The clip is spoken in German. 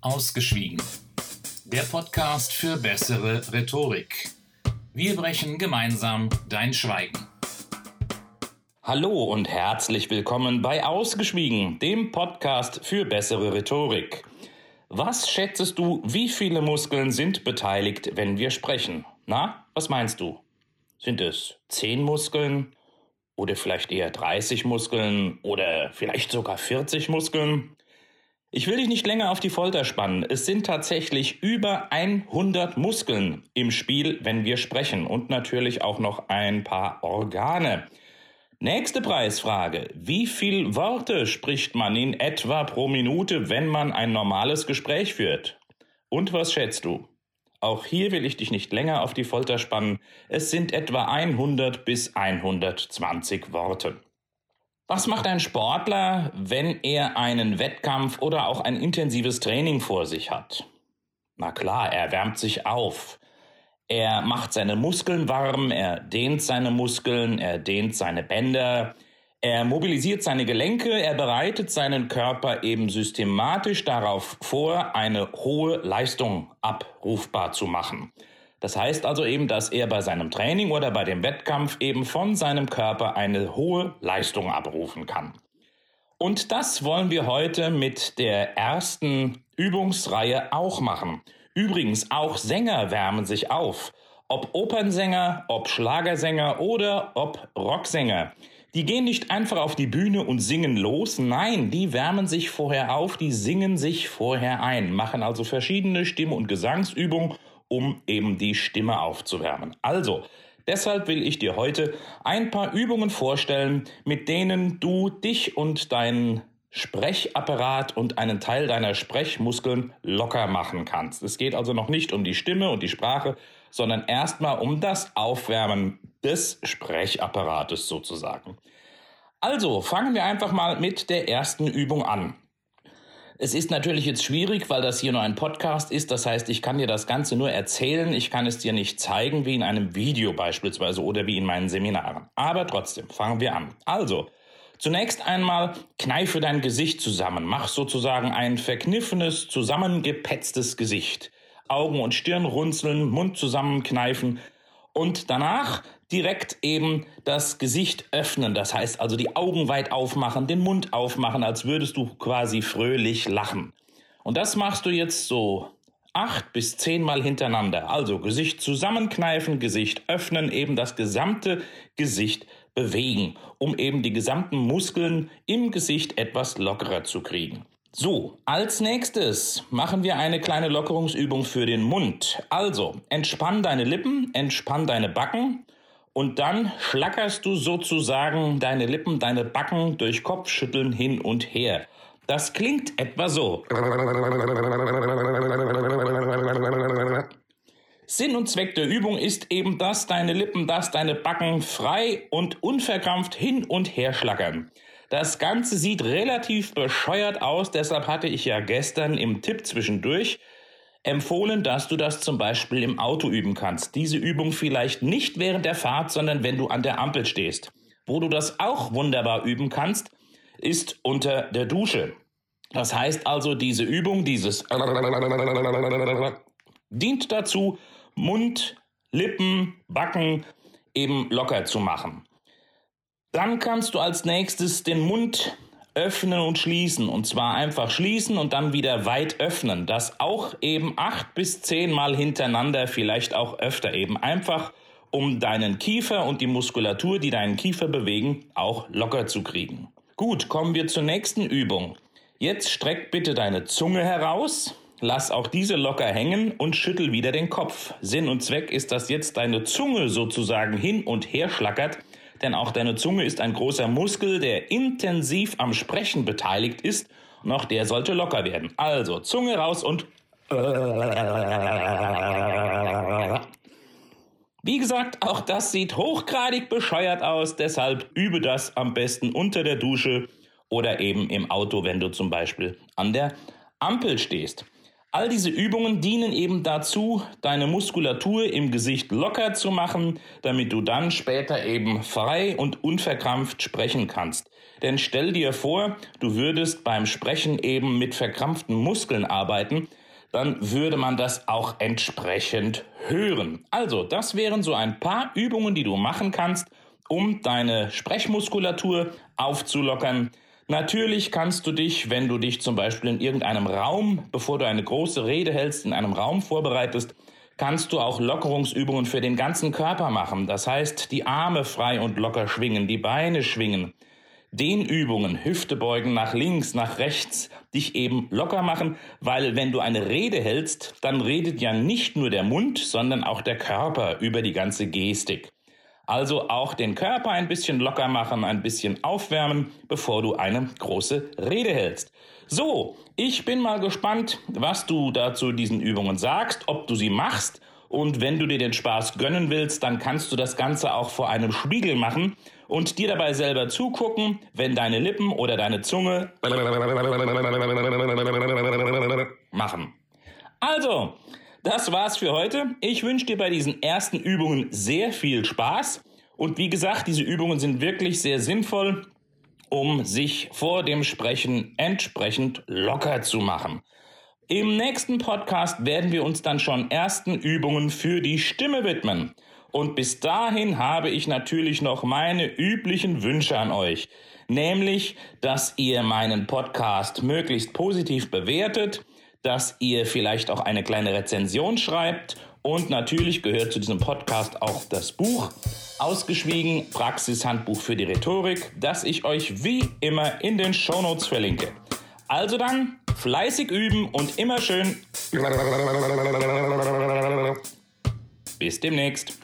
Ausgeschwiegen. Der Podcast für bessere Rhetorik. Wir brechen gemeinsam dein Schweigen. Hallo und herzlich willkommen bei Ausgeschwiegen, dem Podcast für bessere Rhetorik. Was schätzest du, wie viele Muskeln sind beteiligt, wenn wir sprechen? Na, was meinst du? Sind es 10 Muskeln oder vielleicht eher 30 Muskeln oder vielleicht sogar 40 Muskeln? Ich will dich nicht länger auf die Folter spannen. Es sind tatsächlich über 100 Muskeln im Spiel, wenn wir sprechen, und natürlich auch noch ein paar Organe. Nächste Preisfrage. Wie viele Worte spricht man in etwa pro Minute, wenn man ein normales Gespräch führt? Und was schätzt du? Auch hier will ich dich nicht länger auf die Folter spannen. Es sind etwa 100 bis 120 Worte. Was macht ein Sportler, wenn er einen Wettkampf oder auch ein intensives Training vor sich hat? Na klar, er wärmt sich auf. Er macht seine Muskeln warm, er dehnt seine Muskeln, er dehnt seine Bänder, er mobilisiert seine Gelenke, er bereitet seinen Körper eben systematisch darauf vor, eine hohe Leistung abrufbar zu machen. Das heißt also eben, dass er bei seinem Training oder bei dem Wettkampf eben von seinem Körper eine hohe Leistung abrufen kann. Und das wollen wir heute mit der ersten Übungsreihe auch machen. Übrigens, auch Sänger wärmen sich auf. Ob Opernsänger, ob Schlagersänger oder ob Rocksänger. Die gehen nicht einfach auf die Bühne und singen los. Nein, die wärmen sich vorher auf, die singen sich vorher ein. Machen also verschiedene Stimme- und Gesangsübungen, um eben die Stimme aufzuwärmen. Also, deshalb will ich dir heute ein paar Übungen vorstellen, mit denen du dich und deinen Sprechapparat und einen Teil deiner Sprechmuskeln locker machen kannst. Es geht also noch nicht um die Stimme und die Sprache, sondern erstmal um das Aufwärmen des Sprechapparates sozusagen. Also, fangen wir einfach mal mit der ersten Übung an. Es ist natürlich jetzt schwierig, weil das hier nur ein Podcast ist. Das heißt, ich kann dir das Ganze nur erzählen. Ich kann es dir nicht zeigen, wie in einem Video beispielsweise oder wie in meinen Seminaren. Aber trotzdem, fangen wir an. Also, zunächst einmal kneife dein Gesicht zusammen. Mach sozusagen ein verkniffenes, zusammengepetztes Gesicht. Augen und Stirn runzeln, Mund zusammenkneifen. Und danach direkt eben das Gesicht öffnen. Das heißt also die Augen weit aufmachen, den Mund aufmachen, als würdest du quasi fröhlich lachen. Und das machst du jetzt so 8 bis 10 Mal hintereinander. Also Gesicht zusammenkneifen, Gesicht öffnen, eben das gesamte Gesicht bewegen, um eben die gesamten Muskeln im Gesicht etwas lockerer zu kriegen. So, als nächstes machen wir eine kleine Lockerungsübung für den Mund. Also, entspann deine Lippen, entspann deine Backen und dann schlackerst du sozusagen deine Lippen, deine Backen durch Kopfschütteln hin und her. Das klingt etwa so. Sinn und Zweck der Übung ist eben, dass deine Lippen, dass deine Backen frei und unverkrampft hin und her schlackern. Das Ganze sieht relativ bescheuert aus, deshalb hatte ich ja gestern im Tipp zwischendurch empfohlen, dass du das zum Beispiel im Auto üben kannst. Diese Übung vielleicht nicht während der Fahrt, sondern wenn du an der Ampel stehst. Wo du das auch wunderbar üben kannst, ist unter der Dusche. Das heißt also, diese Übung, dieses dient dazu, Mund, Lippen, Backen eben locker zu machen. Dann kannst du als nächstes den Mund öffnen und schließen. Und zwar einfach schließen und dann wieder weit öffnen. Das auch eben 8 bis 10 Mal hintereinander, vielleicht auch öfter eben. Einfach um deinen Kiefer und die Muskulatur, die deinen Kiefer bewegen, auch locker zu kriegen. Gut, kommen wir zur nächsten Übung. Jetzt streck bitte deine Zunge heraus. Lass auch diese locker hängen und schüttel wieder den Kopf. Sinn und Zweck ist, dass jetzt deine Zunge sozusagen hin und her schlackert. Denn auch deine Zunge ist ein großer Muskel, der intensiv am Sprechen beteiligt ist. Und auch der sollte locker werden. Also Zunge raus und wie gesagt, auch das sieht hochgradig bescheuert aus. Deshalb übe das am besten unter der Dusche oder eben im Auto, wenn du zum Beispiel an der Ampel stehst. All diese Übungen dienen eben dazu, deine Muskulatur im Gesicht locker zu machen, damit du dann später eben frei und unverkrampft sprechen kannst. Denn stell dir vor, du würdest beim Sprechen eben mit verkrampften Muskeln arbeiten, dann würde man das auch entsprechend hören. Also, das wären so ein paar Übungen, die du machen kannst, um deine Sprechmuskulatur aufzulockern. Natürlich kannst du dich, wenn du dich zum Beispiel in irgendeinem Raum, bevor du eine große Rede hältst, in einem Raum vorbereitest, kannst du auch Lockerungsübungen für den ganzen Körper machen. Das heißt, die Arme frei und locker schwingen, die Beine schwingen. Dehnübungen, Hüfte beugen nach links, nach rechts, dich eben locker machen, weil wenn du eine Rede hältst, dann redet ja nicht nur der Mund, sondern auch der Körper über die ganze Gestik. Also auch den Körper ein bisschen locker machen, ein bisschen aufwärmen, bevor du eine große Rede hältst. So, ich bin mal gespannt, was du dazu diesen Übungen sagst, ob du sie machst. Und wenn du dir den Spaß gönnen willst, dann kannst du das Ganze auch vor einem Spiegel machen und dir dabei selber zugucken, wenn deine Lippen oder deine Zunge machen. Also, das war's für heute. Ich wünsche dir bei diesen ersten Übungen sehr viel Spaß. Und wie gesagt, diese Übungen sind wirklich sehr sinnvoll, um sich vor dem Sprechen entsprechend locker zu machen. Im nächsten Podcast werden wir uns dann schon ersten Übungen für die Stimme widmen. Und bis dahin habe ich natürlich noch meine üblichen Wünsche an euch. Nämlich, dass ihr meinen Podcast möglichst positiv bewertet, dass ihr vielleicht auch eine kleine Rezension schreibt und natürlich gehört zu diesem Podcast auch das Buch Ausgeschwiegen, Praxishandbuch für die Rhetorik, das ich euch wie immer in den Shownotes verlinke. Also dann, fleißig üben und immer schön. Bis demnächst.